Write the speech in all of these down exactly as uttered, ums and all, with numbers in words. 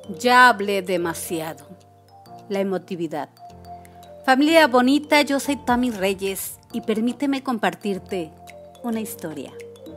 Ya hablé demasiado. La emotividad. Familia bonita, yo soy Tami Reyes y permíteme compartirte una historia.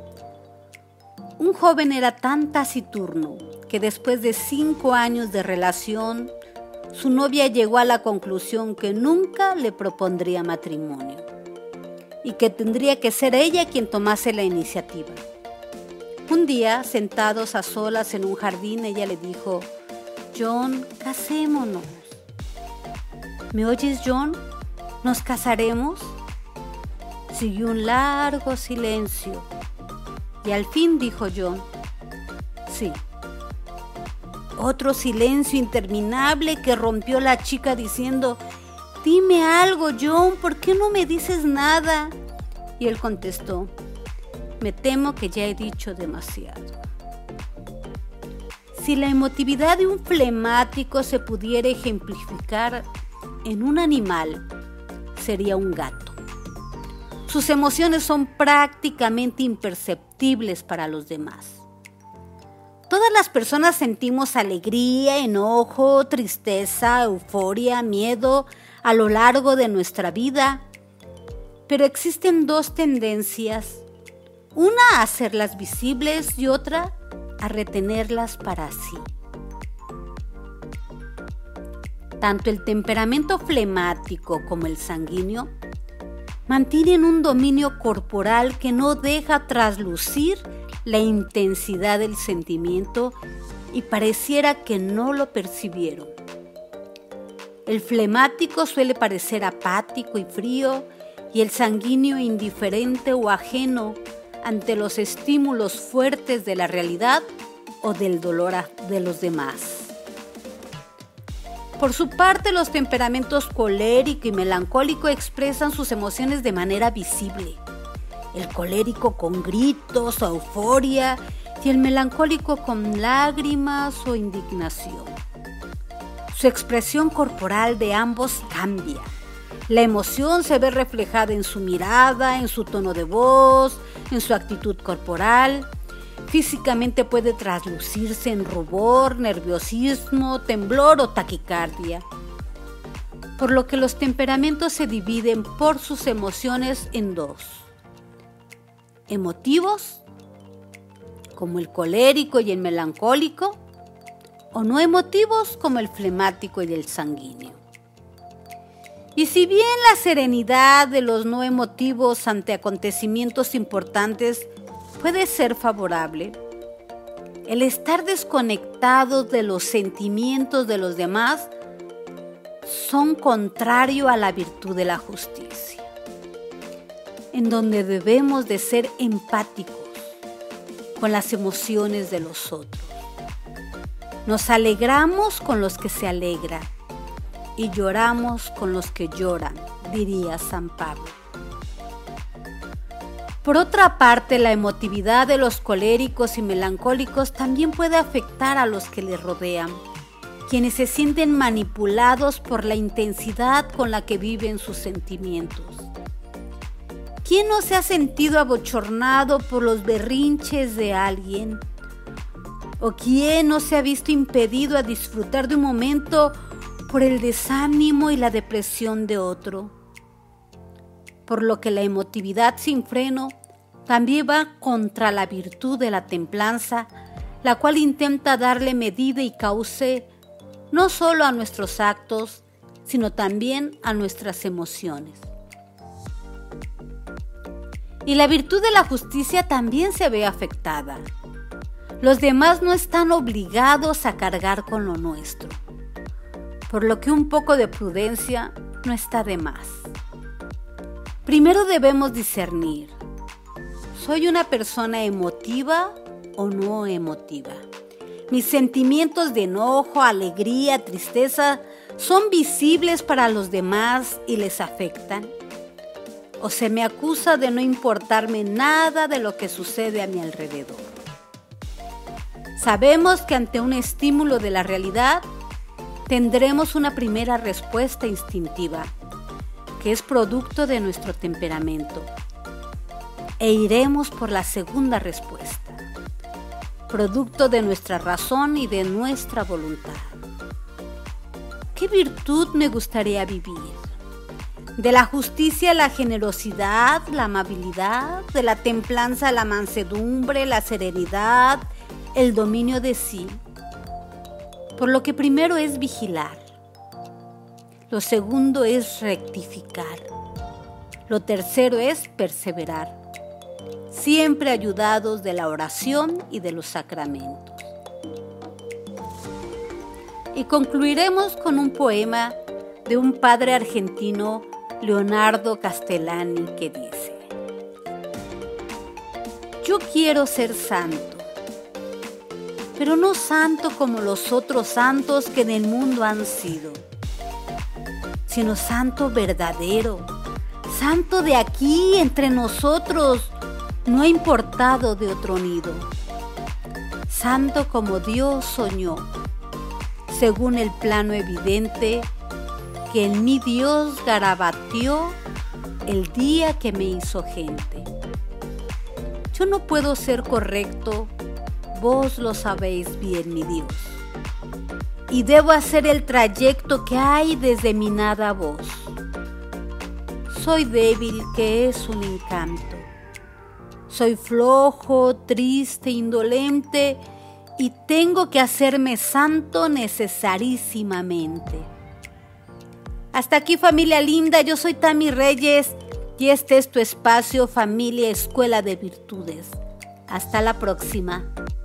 Un joven era tan taciturno que después de cinco años de relación, su novia llegó a la conclusión que nunca le propondría matrimonio y que tendría que ser ella quien tomase la iniciativa. Un día, sentados a solas en un jardín, ella le dijo: John, casémonos. ¿Me oyes, John? ¿Nos casaremos? Siguió un largo silencio y al fin dijo John: sí. Otro silencio interminable que rompió la chica diciendo: dime algo, John, ¿por qué no me dices nada? Y él contestó: me temo que ya he dicho demasiado. Si la emotividad de un flemático se pudiera ejemplificar en un animal, sería un gato. Sus emociones son prácticamente imperceptibles para los demás. Todas las personas sentimos alegría, enojo, tristeza, euforia, miedo a lo largo de nuestra vida, pero existen dos tendencias, una a hacerlas visibles y otra a retenerlas para sí. Tanto el temperamento flemático como el sanguíneo mantienen un dominio corporal que no deja traslucir la intensidad del sentimiento y pareciera que no lo percibieron. El flemático suele parecer apático y frío y el sanguíneo indiferente o ajeno ante los estímulos fuertes de la realidad o del dolor de los demás. Por su parte, los temperamentos colérico y melancólico expresan sus emociones de manera visible. El colérico con gritos o euforia y el melancólico con lágrimas o indignación. Su expresión corporal de ambos cambia. La emoción se ve reflejada en su mirada, en su tono de voz, en su actitud corporal. Físicamente puede traslucirse en rubor, nerviosismo, temblor o taquicardia. Por lo que los temperamentos se dividen por sus emociones en dos: emotivos, como el colérico y el melancólico, o no emotivos, como el flemático y el sanguíneo. Y si bien la serenidad de los no emotivos ante acontecimientos importantes puede ser favorable, el estar desconectados de los sentimientos de los demás son contrario a la virtud de la justicia, en donde debemos de ser empáticos con las emociones de los otros. Nos alegramos con los que se alegran y lloramos con los que lloran, diría San Pablo. Por otra parte, la emotividad de los coléricos y melancólicos también puede afectar a los que les rodean, quienes se sienten manipulados por la intensidad con la que viven sus sentimientos. ¿Quién no se ha sentido abochornado por los berrinches de alguien? ¿O quién no se ha visto impedido a disfrutar de un momento por el desánimo y la depresión de otro? Por lo que la emotividad sin freno también va contra la virtud de la templanza, la cual intenta darle medida y cauce no solo a nuestros actos, sino también a nuestras emociones. Y la virtud de la justicia también se ve afectada. Los demás no están obligados a cargar con lo nuestro, por lo que un poco de prudencia no está de más. Primero debemos discernir: ¿soy una persona emotiva o no emotiva? ¿Mis sentimientos de enojo, alegría, tristeza son visibles para los demás y les afectan? ¿O se me acusa de no importarme nada de lo que sucede a mi alrededor? Sabemos que ante un estímulo de la realidad tendremos una primera respuesta instintiva, que es producto de nuestro temperamento, e iremos por la segunda respuesta. producto de nuestra razón y de nuestra voluntad. ¿Qué virtud me gustaría vivir? De la justicia la generosidad, la amabilidad, de la templanza la mansedumbre, la serenidad, el dominio de sí. Por lo que primero es vigilar, lo segundo es rectificar, lo tercero es perseverar, siempre ayudados de la oración y de los sacramentos. Y concluiremos con un poema de un padre argentino, Leonardo Castellani, que dice: yo quiero ser santo, pero no santo como los otros santos que en el mundo han sido, sino santo verdadero, santo de aquí entre nosotros, no importado de otro nido, santo como Dios soñó, según el plano evidente que en mí Dios garabateó el día que me hizo gente. Yo no puedo ser correcto, vos lo sabéis bien, mi Dios, y debo hacer el trayecto que hay desde mi nada a vos. Soy débil, que es un encanto. Soy flojo, triste, indolente, y tengo que hacerme santo necesarísimamente. Hasta aquí, familia linda, yo soy Tami Reyes y este es tu espacio Familia Escuela de Virtudes. Hasta la próxima.